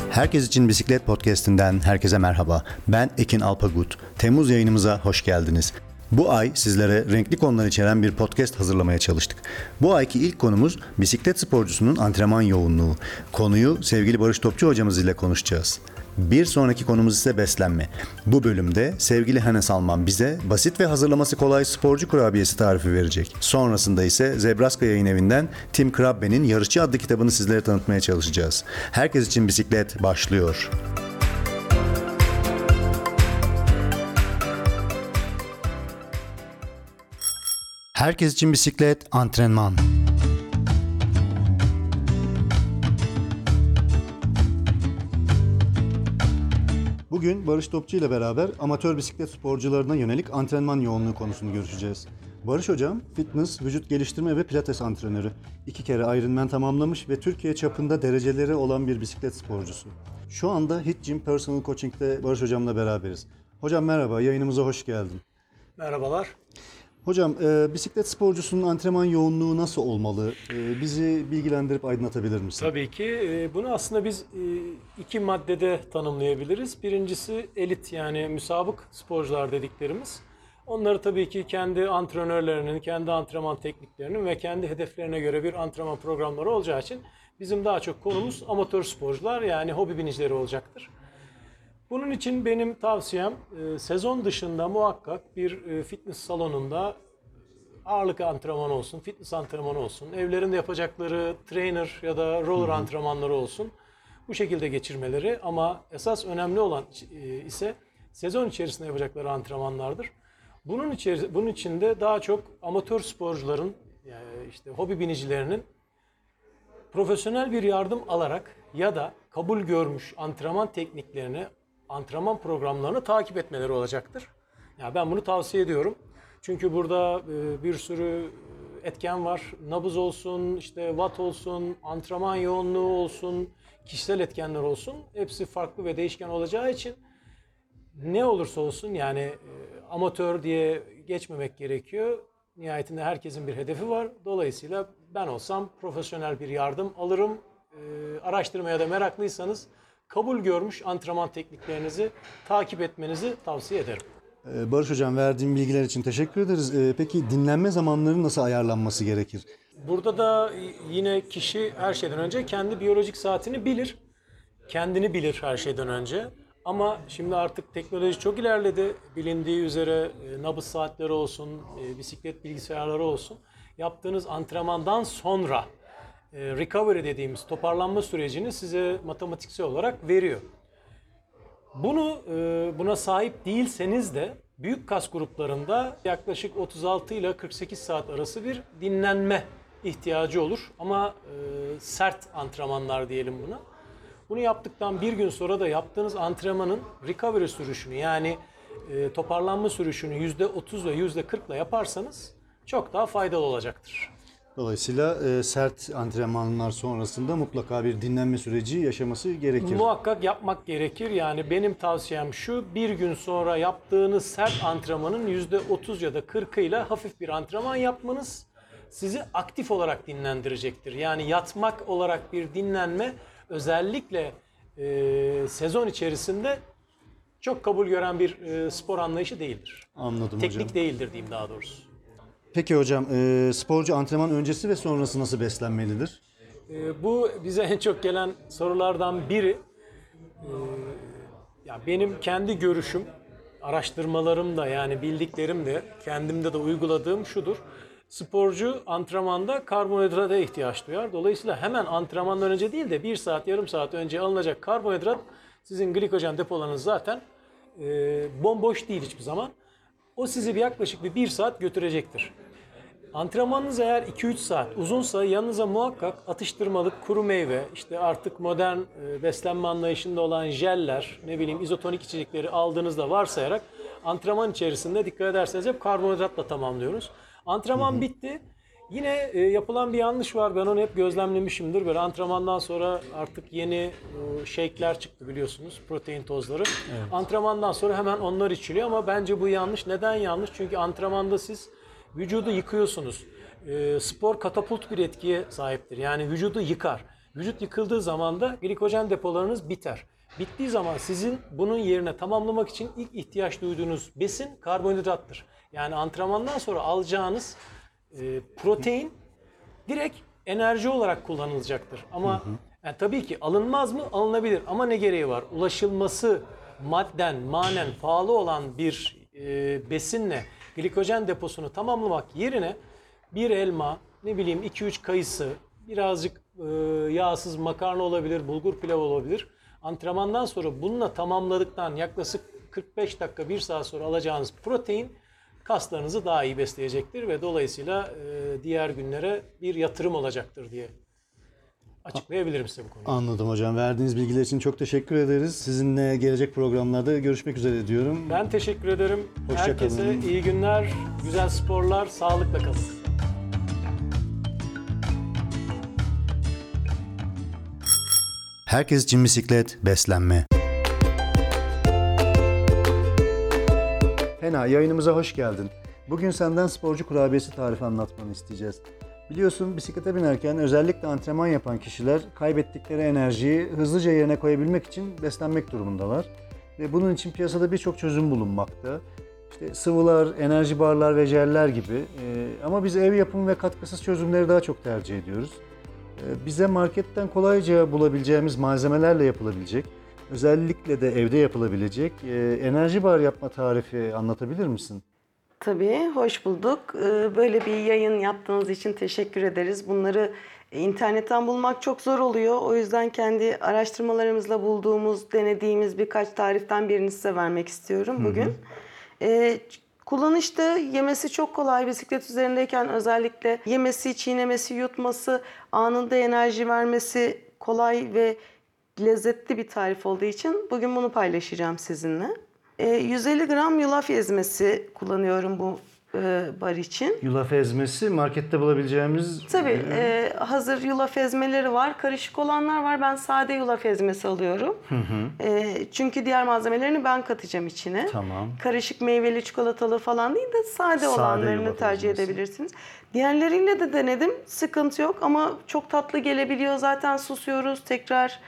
Herkes için Bisiklet Podcast'inden herkese merhaba. Ben Ekin Alpagut. Temmuz yayınımıza hoş geldiniz. Bu ay sizlere renkli konular içeren bir podcast hazırlamaya çalıştık. Bu ayki ilk konumuz bisiklet sporcusunun antrenman yoğunluğu. Konuyu sevgili Barış Topçu hocamız ile konuşacağız. Bir sonraki konumuz ise beslenme. Bu bölümde sevgili Hannes Alman bize basit ve hazırlaması kolay sporcu kurabiyesi tarifi verecek. Sonrasında ise Zebraska Yayın Evi'nden Tim Krabbe'nin Yarışçı adlı kitabını sizlere tanıtmaya çalışacağız. Herkes için bisiklet başlıyor. Herkes için bisiklet, antrenman. Bugün Barış Topçu ile beraber amatör bisiklet sporcularına yönelik antrenman yoğunluğu konusunu görüşeceğiz. Barış hocam, fitness, vücut geliştirme ve pilates antrenörü. 2 kere Ironman tamamlamış ve Türkiye çapında dereceleri olan bir bisiklet sporcusu. Şu anda Hit Gym Personal Coaching'de Barış hocamla beraberiz. Hocam merhaba, yayınımıza hoş geldin. Merhabalar. Hocam, bisiklet sporcusunun antrenman yoğunluğu nasıl olmalı? Bizi bilgilendirip aydınlatabilir misin? Tabii ki. Bunu aslında biz 2 maddede tanımlayabiliriz. Birincisi elit, yani müsabık sporcular dediklerimiz. Onları tabii ki kendi antrenörlerinin, kendi antrenman tekniklerinin ve kendi hedeflerine göre bir antrenman programları olacağı için bizim daha çok konumuz amatör sporcular, yani hobi binicileri olacaktır. Bunun için benim tavsiyem sezon dışında muhakkak bir fitness salonunda ağırlık antrenmanı olsun, fitness antrenmanı olsun, evlerinde yapacakları trainer ya da roller antrenmanları olsun. Bu şekilde geçirmeleri, ama esas önemli olan ise sezon içerisinde yapacakları antrenmanlardır. Bunun için de daha çok amatör sporcuların, yani işte hobi binicilerinin profesyonel bir yardım alarak ya da kabul görmüş antrenman tekniklerini, antrenman programlarını takip etmeleri olacaktır. Yani ben bunu tavsiye ediyorum. Çünkü burada bir sürü etken var. Nabız olsun, işte watt olsun, antrenman yoğunluğu olsun, kişisel etkenler olsun. Hepsi farklı ve değişken olacağı için ne olursa olsun, yani amatör diye geçmemek gerekiyor. Nihayetinde herkesin bir hedefi var. Dolayısıyla ben olsam profesyonel bir yardım alırım. Araştırmaya da meraklıysanız kabul görmüş antrenman tekniklerinizi takip etmenizi tavsiye ederim. Barış hocam, verdiğin bilgiler için teşekkür ederiz. Peki dinlenme zamanları nasıl ayarlanması gerekir? Burada da yine kişi her şeyden önce kendi biyolojik saatini bilir. Kendini bilir her şeyden önce. Ama şimdi artık teknoloji çok ilerledi. Bilindiği üzere nabız saatleri olsun, bisiklet bilgisayarları olsun. Yaptığınız antrenmandan sonra recovery dediğimiz toparlanma sürecini size matematiksel olarak veriyor. Buna sahip değilseniz de büyük kas gruplarında yaklaşık 36 ile 48 saat arası bir dinlenme ihtiyacı olur. Ama sert antrenmanlar diyelim buna. Bunu yaptıktan bir gün sonra da yaptığınız antrenmanın recovery sürüşünü, yani toparlanma sürüşünü %30 ve %40 ile yaparsanız çok daha faydalı olacaktır. Dolayısıyla sert antrenmanlar sonrasında mutlaka bir dinlenme süreci yaşaması gerekir. Muhakkak yapmak gerekir. Yani benim tavsiyem şu: bir gün sonra yaptığınız sert antrenmanın %30 ya da 40'ıyla hafif bir antrenman yapmanız sizi aktif olarak dinlendirecektir. Yani yatmak olarak bir dinlenme özellikle sezon içerisinde çok kabul gören bir spor anlayışı değildir. Anladım Teknik hocam. değildir diyeyim daha doğrusu. Peki hocam, sporcu antrenman öncesi ve sonrası nasıl beslenmelidir? Bu bize en çok gelen sorulardan biri. Ya benim kendi görüşüm, araştırmalarım da, yani bildiklerim de, kendimde de uyguladığım şudur: sporcu antrenmanda karbonhidrata ihtiyaç duyar. Dolayısıyla hemen antrenmandan önce değil de 1 saat, yarım saat önce alınacak karbonhidrat sizin glikojen depolarınız zaten bomboş değil hiçbir zaman. O sizi yaklaşık bir saat götürecektir. Antrenmanınız eğer 2-3 saat uzunsa yanınıza muhakkak atıştırmalık, kuru meyve, işte artık modern beslenme anlayışında olan jeller, ne bileyim izotonik içecekleri aldığınızda varsayarak antrenman içerisinde dikkat ederseniz hep karbonhidratla tamamlıyoruz. Antrenman bitti. Yine yapılan bir yanlış var. Ben onu hep gözlemlemişimdir. Böyle antrenmandan sonra artık yeni shake'ler çıktı biliyorsunuz. Protein tozları. Evet. Antrenmandan sonra hemen onlar içiliyor ama bence bu yanlış. Neden yanlış? Çünkü antrenmanda siz vücudu yıkıyorsunuz. Spor katapult bir etkiye sahiptir. Yani vücudu yıkar. Vücut yıkıldığı zaman da glikojen depolarınız biter. Bittiği zaman sizin bunun yerine tamamlamak için ilk ihtiyaç duyduğunuz besin karbonhidrattır. Yani antrenmandan sonra alacağınız protein direkt enerji olarak kullanılacaktır. Ama yani tabii ki alınmaz mı? Alınabilir. Ama ne gereği var? Ulaşılması madden, manen pahalı olan bir besinle glikojen deposunu tamamlamak yerine bir elma, ne bileyim 2-3 kayısı, birazcık yağsız makarna olabilir, bulgur pilavı olabilir. Antrenmandan sonra bununla tamamladıktan yaklaşık 45 dakika 1 saat sonra alacağınız protein kaslarınızı daha iyi besleyecektir ve dolayısıyla diğer günlere bir yatırım olacaktır diye açıklayabilirim size bu konuyu. Anladım hocam. Verdiğiniz bilgiler için çok teşekkür ederiz. Sizinle gelecek programlarda görüşmek üzere diyorum. Ben teşekkür ederim. Hoşça Herkese kalın. iyi günler, güzel sporlar, sağlıkla kalın. Herkes için bisiklet, beslenme. Hena, yayınımıza hoş geldin. Bugün senden sporcu kurabiyesi tarifi anlatmanı isteyeceğiz. Biliyorsun bisiklete binerken özellikle antrenman yapan kişiler kaybettikleri enerjiyi hızlıca yerine koyabilmek için beslenmek durumundalar. Ve bunun için piyasada birçok çözüm bulunmakta. İşte sıvılar, enerji barlar ve jeller gibi. Ama biz ev yapımı ve katkısız çözümleri daha çok tercih ediyoruz. Bize marketten kolayca bulabileceğimiz malzemelerle yapılabilecek, özellikle de evde yapılabilecek enerji bar yapma tarifi anlatabilir misin? Tabii, hoş bulduk. Böyle bir yayın yaptığınız için teşekkür ederiz. Bunları internetten bulmak çok zor oluyor. O yüzden kendi araştırmalarımızla bulduğumuz, denediğimiz birkaç tariften birini size vermek istiyorum bugün. Kullanışta yemesi çok kolay. Bisiklet üzerindeyken özellikle yemesi, çiğnemesi, yutması, anında enerji vermesi kolay ve lezzetli bir tarif olduğu için bugün bunu paylaşacağım sizinle. 150 gram yulaf ezmesi kullanıyorum bu bar için. Yulaf ezmesi markette bulabileceğimiz... Tabii hazır yulaf ezmeleri var. Karışık olanlar var. Ben sade yulaf ezmesi alıyorum. Çünkü diğer malzemelerini ben katacağım içine. Tamam. Karışık meyveli, çikolatalı falan değil de sade olanlarını yulaf tercih ezmesi. edebilirsiniz. Diğerleriyle de denedim. Sıkıntı yok ama çok tatlı gelebiliyor. Zaten susuyoruz. Tekrar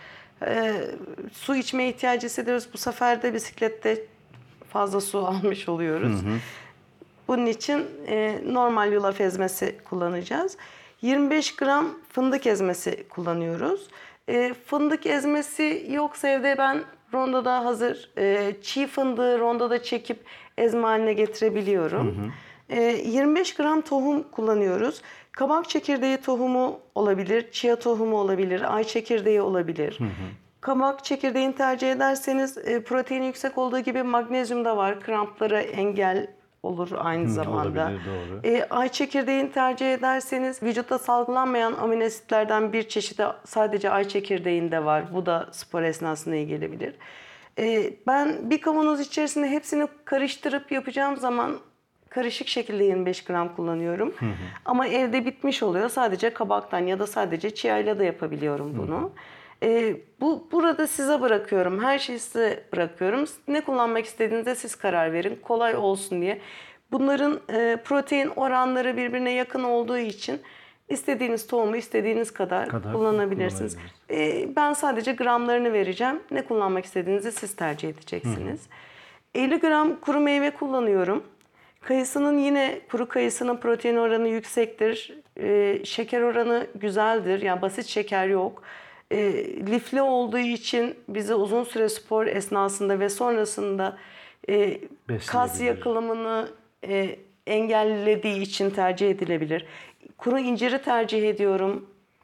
su içmeye ihtiyacı hissediyoruz. Bu sefer de bisiklette fazla su almış oluyoruz. Bunun için normal yulaf ezmesi kullanacağız. 25 gram fındık ezmesi kullanıyoruz. Fındık ezmesi yoksa evde ben rondoda hazır çiğ fındığı rondoda çekip ezme haline getirebiliyorum. 25 gram tohum kullanıyoruz. Kabak çekirdeği tohumu olabilir, chia tohumu olabilir, ay çekirdeği olabilir. Kabak çekirdeğini tercih ederseniz proteini yüksek olduğu gibi magnezyum da var. Kramplara engel olur aynı zamanda. Olabilir, doğru. Ay çekirdeğini tercih ederseniz vücutta salgılanmayan amino asitlerden bir çeşidi sadece ay çekirdeğinde var. Bu da spor esnasında iyi gelebilir. Ben bir kavanoz içerisinde hepsini karıştırıp yapacağım zaman karışık şekilde 25 gram kullanıyorum. Ama evde bitmiş oluyor. Sadece kabaktan ya da sadece chia ile de yapabiliyorum bunu. Burada size bırakıyorum. Her şeyi size bırakıyorum. Ne kullanmak istediğinize siz karar verin. Kolay olsun diye. Bunların protein oranları birbirine yakın olduğu için istediğiniz tohumu istediğiniz kadar kullanabilirsiniz. Ben sadece gramlarını vereceğim. Ne kullanmak istediğinizi siz tercih edeceksiniz. 50 gram kuru meyve kullanıyorum. Kayısının yine kuru kayısının protein oranı yüksektir. Şeker oranı güzeldir. Yani basit şeker yok. Lifli olduğu için bize uzun süre spor esnasında ve sonrasında kas yakılımını engellediği için tercih edilebilir. Kuru inciri tercih ediyorum.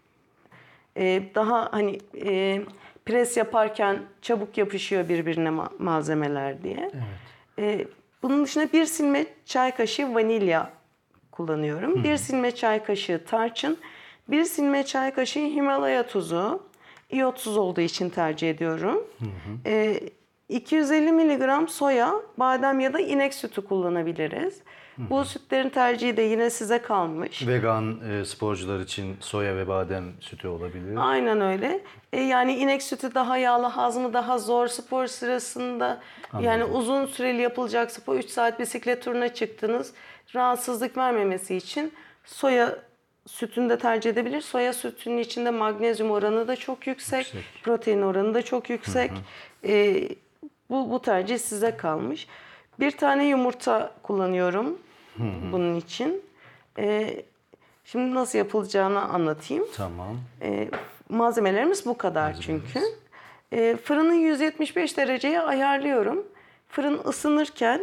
Daha hani pres yaparken çabuk yapışıyor birbirine malzemeler diye. Evet. Bunun dışında bir silme çay kaşığı vanilya kullanıyorum. Bir silme çay kaşığı tarçın. Bir silme çay kaşığı Himalaya tuzu. İyotsuz olduğu için tercih ediyorum. 250 mg soya, badem ya da inek sütü kullanabiliriz. Bu sütlerin tercihi de yine size kalmış. Vegan sporcular için soya ve badem sütü olabilir. Aynen öyle. Yani inek sütü daha yağlı, hazmı daha zor spor sırasında. Anladım. Yani uzun süreli yapılacak spor, 3 saat bisiklet turuna çıktınız. Rahatsızlık vermemesi için soya sütünü de tercih edebilir. Soya sütünün içinde magnezyum oranı da çok yüksek. Protein oranı da çok yüksek. Bu tercih size kalmış. Bir tane yumurta kullanıyorum bunun için. Şimdi nasıl yapılacağını anlatayım. Tamam. Malzemelerimiz bu kadar çünkü. Fırını 175 dereceye ayarlıyorum. Fırın ısınırken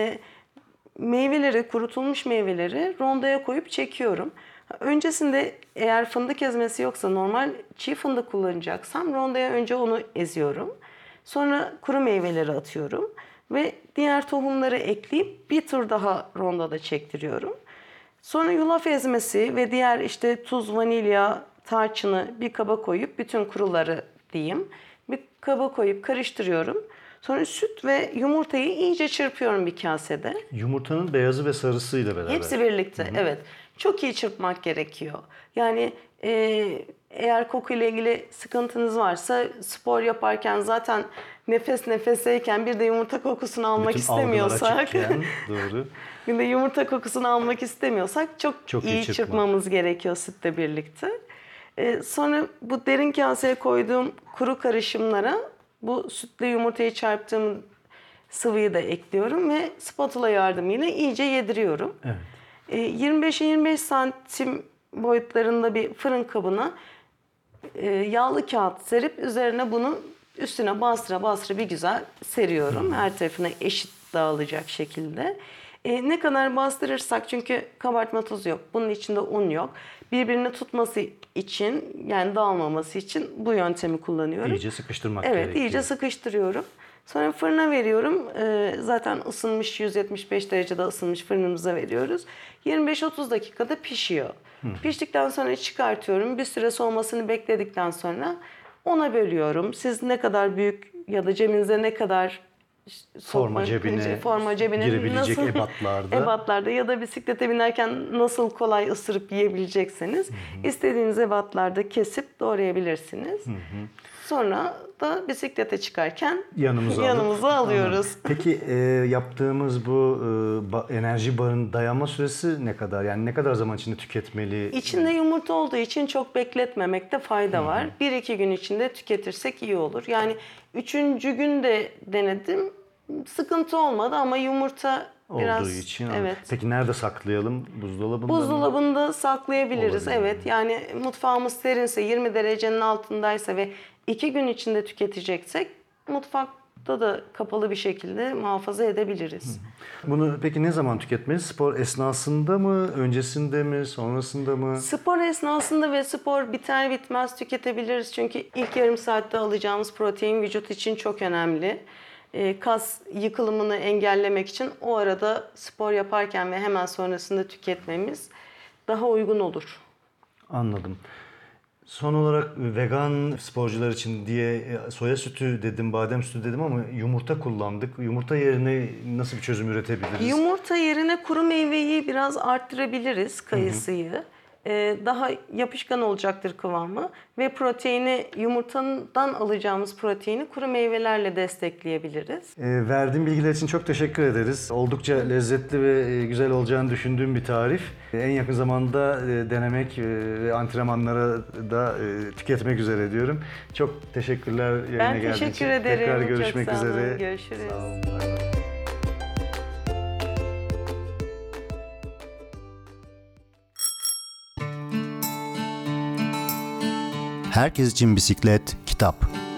kurutulmuş meyveleri rondoya koyup çekiyorum. Öncesinde eğer fındık ezmesi yoksa normal çiğ fındık kullanacaksam rondoya önce onu eziyorum. Sonra kuru meyveleri atıyorum ve diğer tohumları ekleyip bir tur daha rondoda çektiriyorum. Sonra yulaf ezmesi ve diğer işte tuz, vanilya, tarçını bir kaba koyup bütün kuruları diyeyim. Bir kaba koyup karıştırıyorum. Sonra süt ve yumurtayı iyice çırpıyorum bir kasede. Yumurtanın beyazı ve sarısıyla beraber. Hepsi birlikte, evet. Çok iyi çırpmak gerekiyor. Yani eğer kokuyla ilgili sıkıntınız varsa spor yaparken zaten nefes nefeseyken bir de yumurta kokusunu almak Bütün istemiyorsak algılar açıkken, doğru. bir de yumurta kokusunu almak istemiyorsak çok iyi çırpmamız gerekiyor sütle birlikte. Sonra bu derin kaseye koyduğum kuru karışımlara bu sütle yumurtayı çarptığım sıvıyı da ekliyorum ve spatula yardımıyla iyice yediriyorum. Evet. 25'e 25 santim boyutlarında bir fırın kabına yağlı kağıt serip üzerine bunu üstüne bastıra bir güzel seriyorum. Her tarafına eşit dağılacak şekilde. Ne kadar bastırırsak çünkü kabartma tozu yok. Bunun içinde un yok. Birbirini tutması için yani dağılmaması için bu yöntemi kullanıyorum. İyice sıkıştırmak gerekiyor. Evet, iyice sıkıştırıyorum. Sonra fırına veriyorum. Zaten ısınmış 175 derecede ısınmış fırınımıza veriyoruz. 25-30 dakikada pişiyor. Piştikten sonra çıkartıyorum. Bir süre soğumasını bekledikten sonra ona bölüyorum. Siz ne kadar büyük ya da cebinize ne kadar Forma cebine girebilecek ebatlarda ya da bisiklete binerken nasıl kolay ısırıp yiyebilecekseniz istediğiniz ebatlarda kesip doğrayabilirsiniz. Sonra da bisiklete çıkarken yanımıza alıyoruz. Peki yaptığımız bu enerji barının dayanma süresi ne kadar? Yani ne kadar zaman içinde tüketmeli? İçinde yumurta olduğu için çok bekletmemekte fayda var. 1-2 gün içinde tüketirsek iyi olur. Yani 3. gün de denedim. Sıkıntı olmadı ama yumurta biraz olduğu için. Evet. Peki nerede saklayalım? Buzdolabında mı? Buzdolabında saklayabiliriz. Olabilir. Evet. Yani mutfağımız serinse, 20 derecenin altındaysa ve 2 gün içinde tüketeceksek mutfakta da kapalı bir şekilde muhafaza edebiliriz. Bunu peki ne zaman tüketmeliyiz? Spor esnasında mı? Öncesinde mi? Sonrasında mı? Spor esnasında ve spor biter bitmez tüketebiliriz. Çünkü ilk yarım saatte alacağımız protein vücut için çok önemli. Kas yıkılımını engellemek için o arada spor yaparken ve hemen sonrasında tüketmemiz daha uygun olur. Anladım. Son olarak vegan sporcular için diye soya sütü dedim, badem sütü dedim ama yumurta kullandık. Yumurta yerine nasıl bir çözüm üretebiliriz? Yumurta yerine kuru meyveyi biraz arttırabiliriz, kayısıyı. Daha yapışkan olacaktır kıvamı ve proteini yumurtadan alacağımız proteini kuru meyvelerle destekleyebiliriz. Verdiğin bilgiler için çok teşekkür ederiz. Oldukça lezzetli ve güzel olacağını düşündüğüm bir tarif. En yakın zamanda denemek ve antrenmanlara da tüketmek üzere diyorum. Çok teşekkürler yayına Ben geldiğin için. teşekkür ederim. Tekrar görüşmek Çok sağ olun. üzere. Görüşürüz. Sağ olun. Bay bay. Herkes için bisiklet, kitap.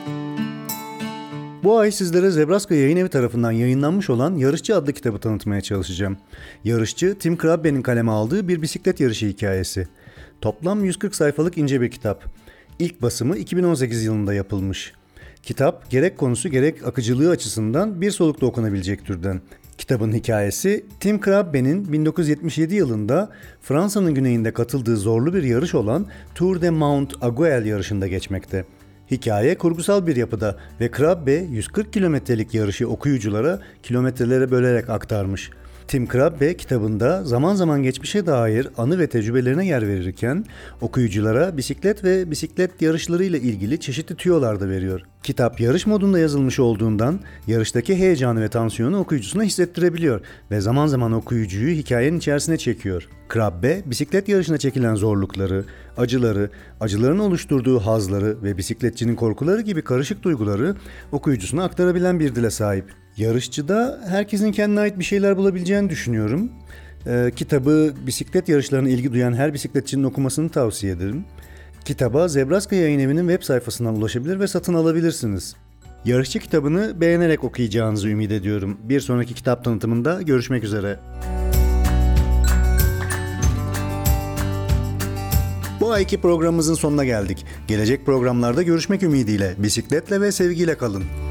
Bu ay sizlere Zebraska Yayın Evi tarafından yayınlanmış olan Yarışçı adlı kitabı tanıtmaya çalışacağım. Yarışçı, Tim Krabbe'nin kaleme aldığı bir bisiklet yarışı hikayesi. Toplam 140 sayfalık ince bir kitap. İlk basımı 2018 yılında yapılmış. Kitap, gerek konusu gerek akıcılığı açısından bir solukta okunabilecek türden. Kitabın hikayesi, Tim Krabbe'nin 1977 yılında Fransa'nın güneyinde katıldığı zorlu bir yarış olan Tour de Mount Aiguille yarışında geçmekte. Hikaye kurgusal bir yapıda ve Krabbe 140 kilometrelik yarışı okuyuculara kilometrelere bölerek aktarmış. Tim Krabbe kitabında zaman zaman geçmişe dair anı ve tecrübelerine yer verirken okuyuculara bisiklet ve bisiklet yarışlarıyla ilgili çeşitli tüyolar da veriyor. Kitap yarış modunda yazılmış olduğundan yarıştaki heyecanı ve tansiyonu okuyucusuna hissettirebiliyor ve zaman zaman okuyucuyu hikayenin içerisine çekiyor. Krabbe, bisiklet yarışına çekilen zorlukları, acıları, acıların oluşturduğu hazları ve bisikletçinin korkuları gibi karışık duyguları okuyucusuna aktarabilen bir dile sahip. Yarışçıda herkesin kendine ait bir şeyler bulabileceğini düşünüyorum. Kitabı bisiklet yarışlarına ilgi duyan her bisikletçinin okumasını tavsiye ederim. Kitaba Zebraska Yayın Evi'nin web sayfasından ulaşabilir ve satın alabilirsiniz. Yarışçı kitabını beğenerek okuyacağınızı ümit ediyorum. Bir sonraki kitap tanıtımında görüşmek üzere. Bu ayki programımızın sonuna geldik. Gelecek programlarda görüşmek ümidiyle, bisikletle ve sevgiyle kalın.